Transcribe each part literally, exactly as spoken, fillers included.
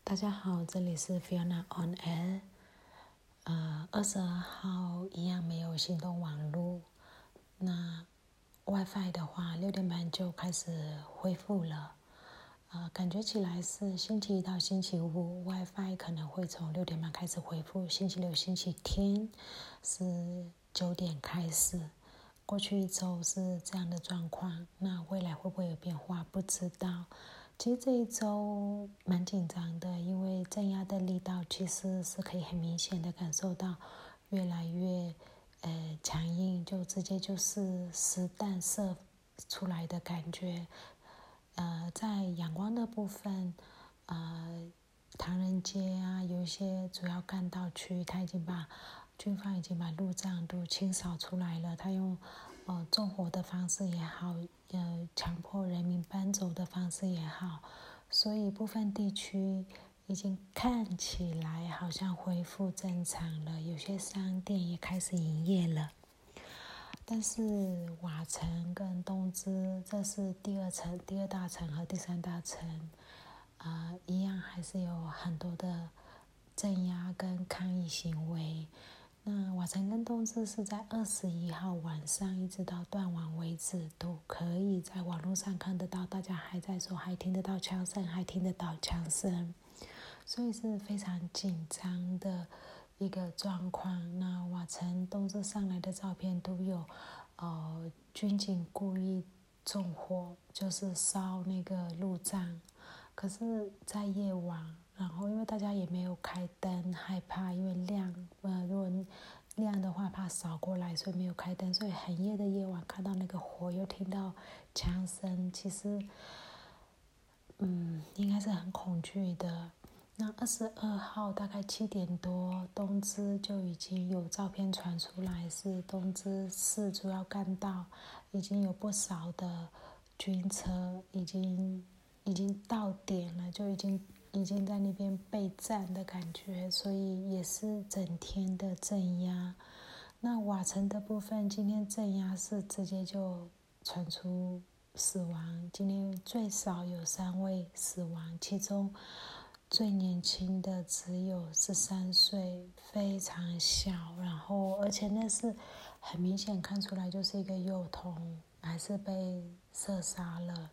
大家好，这里是 Fiona on Air。呃，二十二号一样没有行动网络。那 WiFi 的话，六点半就开始恢复了。呃，感觉起来是星期一到星期五 WiFi 可能会从六点半开始恢复，星期六、星期天是九点开始。过去一周是这样的状况，那未来会不会有变化？不知道。其实这一周蛮紧张的，因为镇压的力道其实是可以很明显的感受到越来越呃强硬，就直接就是实弹射出来的感觉。呃，在阳光的部分，呃，唐人街啊，有一些主要干道区，他已经把军方已经把路障都清扫出来了，他用呃纵火的方式也好，呃强迫人民搬走的方式也好，所以部分地区已经看起来好像恢复正常了，有些商店也开始营业了。但是瓦城跟东芝，这是第二层、第二大城和第三大城，啊、呃，一样还是有很多的镇压跟抗议行为。那瓦城跟东芝是在二十一号晚上一直到断网为止，都可以在网络上看得到，大家还在说，还听得到枪声，还听得到枪声，所以是非常紧张的一个状况。那瓦城、东芝上来的照片都有，呃，军警故意纵火，就是烧那个路障。可是，在夜晚，然后因为大家也没有开灯，害怕因为亮，呃，如果亮的话怕扫过来，所以没有开灯，所以很夜的夜晚看到那个火，又听到枪声，其实，嗯，应该是很恐惧的。那二十二号大概七点多，东芝就已经有照片传出来，是东芝市主要干道已经有不少的军车已经已经到点了，就已经已经在那边备战的感觉，所以也是整天的镇压。那瓦城的部分，今天镇压是直接就传出死亡，今天最少有三位死亡，其中最年轻的只有十三岁，非常小，然后而且那是很明显看出来就是一个幼童，还是被射杀了。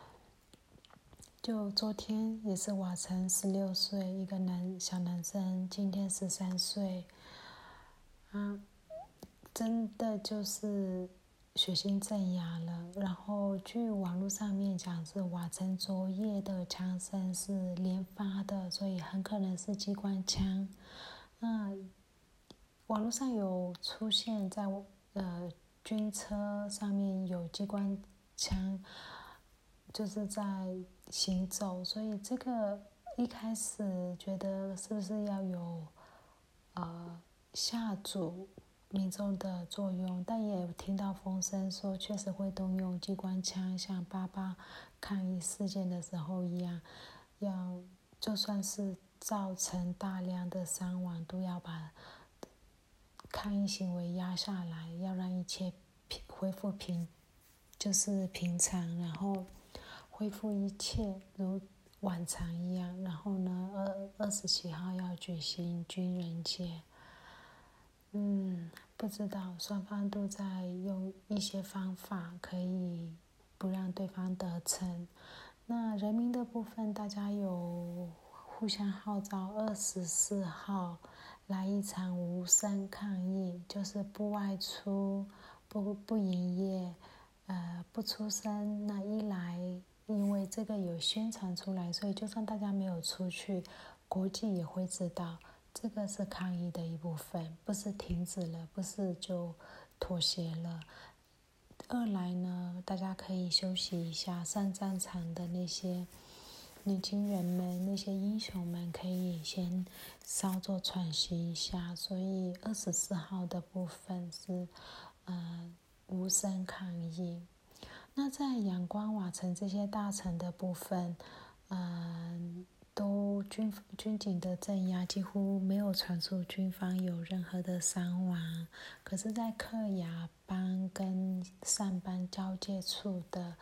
就昨天也是瓦城十六岁一个男小男生，今天十三岁，啊，真的就是血腥镇压了。然后据网络上面讲是瓦城昨夜的枪声是连发的，所以很可能是机关枪。那网络上有出现在呃军车上面有机关枪，就是在行走，所以这个一开始觉得是不是要有呃吓阻民众的作用，但也有听到风声说确实会动用机关枪，像八八抗议事件的时候一样，要就算是造成大量的伤亡，都要把抗议行为压下来，要让一切平恢复平，就是平常，然后恢复一切如往常一样。然后呢，二二十七号要举行军人节。嗯，不知道，双方都在用一些方法可以不让对方得逞。那人民的部分，大家有互相号召，二十四号来一场无声抗议，就是不外出、不不营业，呃，不出声。那一来，因为这个有宣传出来，所以就算大家没有出去，国际也会知道。这个是抗议的一部分，不是停止了，不是就妥协了。二来呢，大家可以休息一下，上战场的那些年轻人们、那些英雄们，可以先稍作喘息一下。所以二十四号的部分是，呃，无声抗议。那在阳光、瓦城这些大城的部分，嗯、呃。都军军警的镇压几乎没有传出军方有任何的伤亡，可是，在克雅邦跟上班交界处的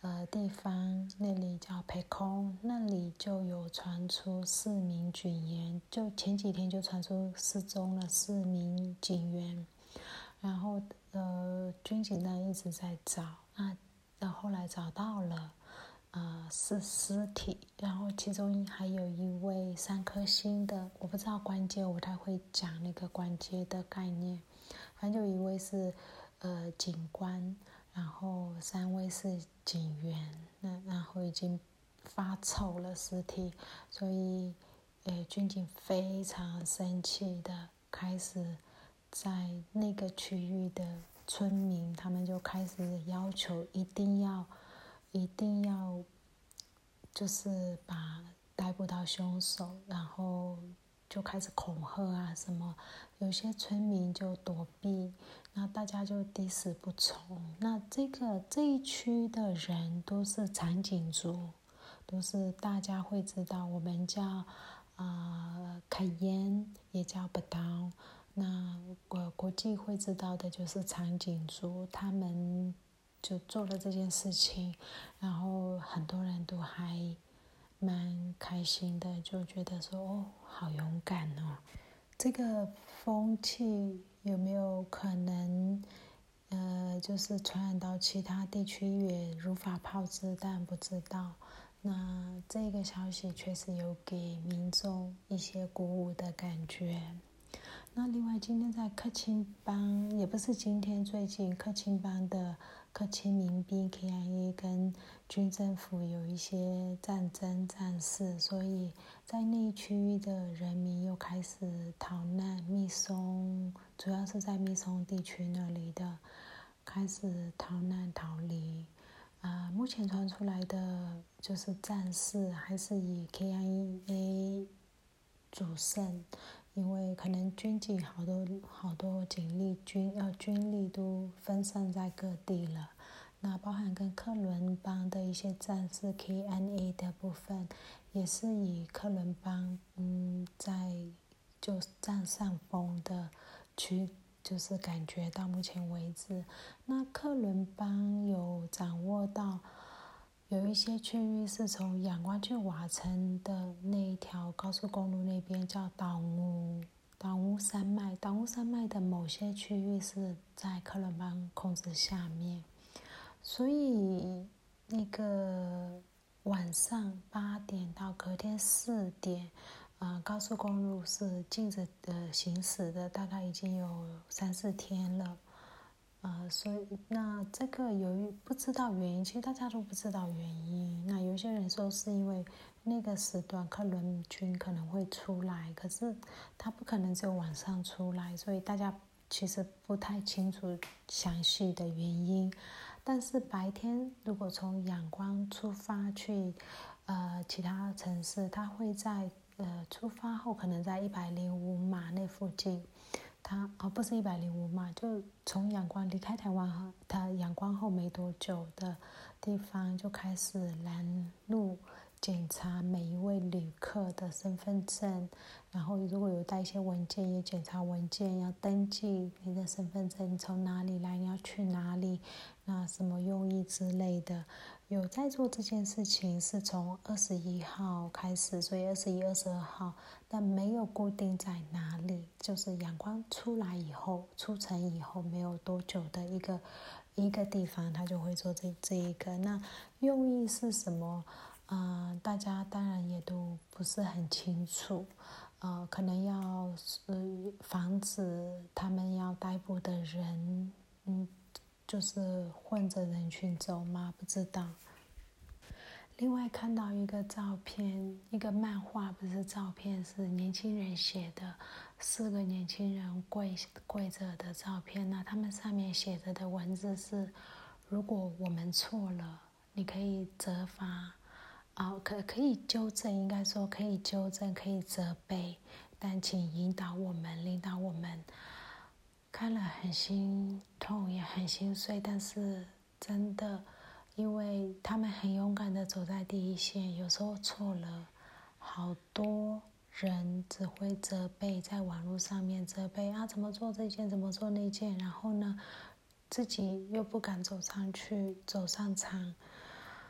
呃地方，那里叫培空，那里就有传出四名警员，就前几天就传出失踪了四名警员，然后呃军警呢一直在找，那那后来找到了。呃，是尸体，然后其中还有一位三颗星的，我不知道关节，我不太会讲那个关节的概念，反正有一位是呃警官，然后三位是警员，那然后已经发臭了尸体，所以呃军警非常生气的开始在那个区域的村民，他们就开始要求一定要。一定要就是把逮捕到凶手，然后就开始恐吓啊什么，有些村民就躲避，那大家就抵死不从。那这个这一区的人都是长颈族，都是大家会知道，我们叫呃凯烟，也叫不刀。那国国际会知道的就是长颈族，他们就做了这件事情，然后很多人都还蛮开心的，就觉得说哦，好勇敢哦。这个风气有没有可能，呃，就是传染到其他地区也如法炮制？但不知道。那这个消息确实有给民众一些鼓舞的感觉。那另外，今天在克钦邦，也不是今天，最近克钦邦的克钦民兵 K I A 跟军政府有一些战争战事，所以在那一区域的人民又开始逃难，密松，主要是在密松地区那里的开始逃难逃离。啊、呃，目前传出来的就是战事还是以 K I A 主胜。因为可能军警好多好多警力军呃军力都分散在各地了，那包含跟克伦邦的一些战士 K N A 的部分，也是以克伦邦嗯在就占上风的区，就是感觉到目前为止，那克伦邦有掌握到。有一些区域是从仰光去瓦城的那一条高速公路那边叫岛乌岛乌山脉，岛乌山脉的某些区域是在克伦邦控制下面，所以那个晚上八点到隔天四点，呃，高速公路是禁止的行驶的，大概已经有三四天了。呃，所以那这个由于不知道原因，其实大家都不知道原因。那有些人说是因为那个时段克伦军可能会出来，可是他不可能只有晚上出来，所以大家其实不太清楚详细的原因。但是白天如果从仰光出发去呃其他城市，他会在呃出发后可能在一百零五码那附近。他哦，不是一百零五码，就从仰光离开台湾哈，他仰光后没多久的地方就开始拦路检查每一位旅客的身份证，然后如果有带一些文件也检查文件，要登记你的身份证，你从哪里来，你要去哪里，那什么用意之类的。有在做这件事情是从二十一号开始，所以二十一、二十二号，但没有固定在哪里，就是阳光出来以后，出城以后没有多久的一个一个地方，他就会做这这一个。那用意是什么？呃，大家当然也都不是很清楚，呃，可能要呃防止他们要逮捕的人，嗯。就是混着人群走吗？不知道。另外看到一个照片，一个漫画，不是照片，是年轻人写的，四个年轻人跪跪着的照片。那他们上面写着的文字是：如果我们错了，你可以责罚，啊、呃，可可以纠正，应该说可以纠正，可以责备，但请引导我们，领导我们。看了很心痛，也很心碎，但是真的，因为他们很勇敢的走在第一线，有时候错了，好多人只会责备，在网络上面责备啊，怎么做这件，怎么做那件，然后呢，自己又不敢走上去，走上场，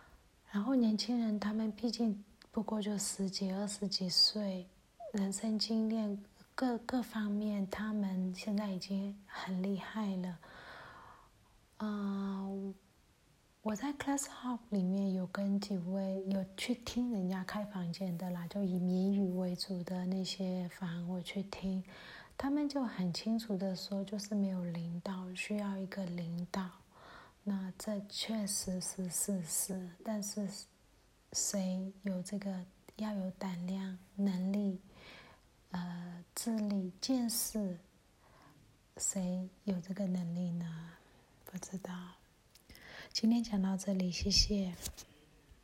然后年轻人他们毕竟不过就十几、二十几岁，人生经验各各方面，他们现在已经很厉害了。嗯、我在 Class Hub 里面有跟几位有去听人家开房间的啦，就以谜语为主的那些房我去听，他们就很清楚的说，就是没有领导，需要一个领导。那这确实是事实，但是谁有这个要有胆量、能力、呃智力、见识，谁有这个能力呢？不知道。今天讲到这里，谢谢。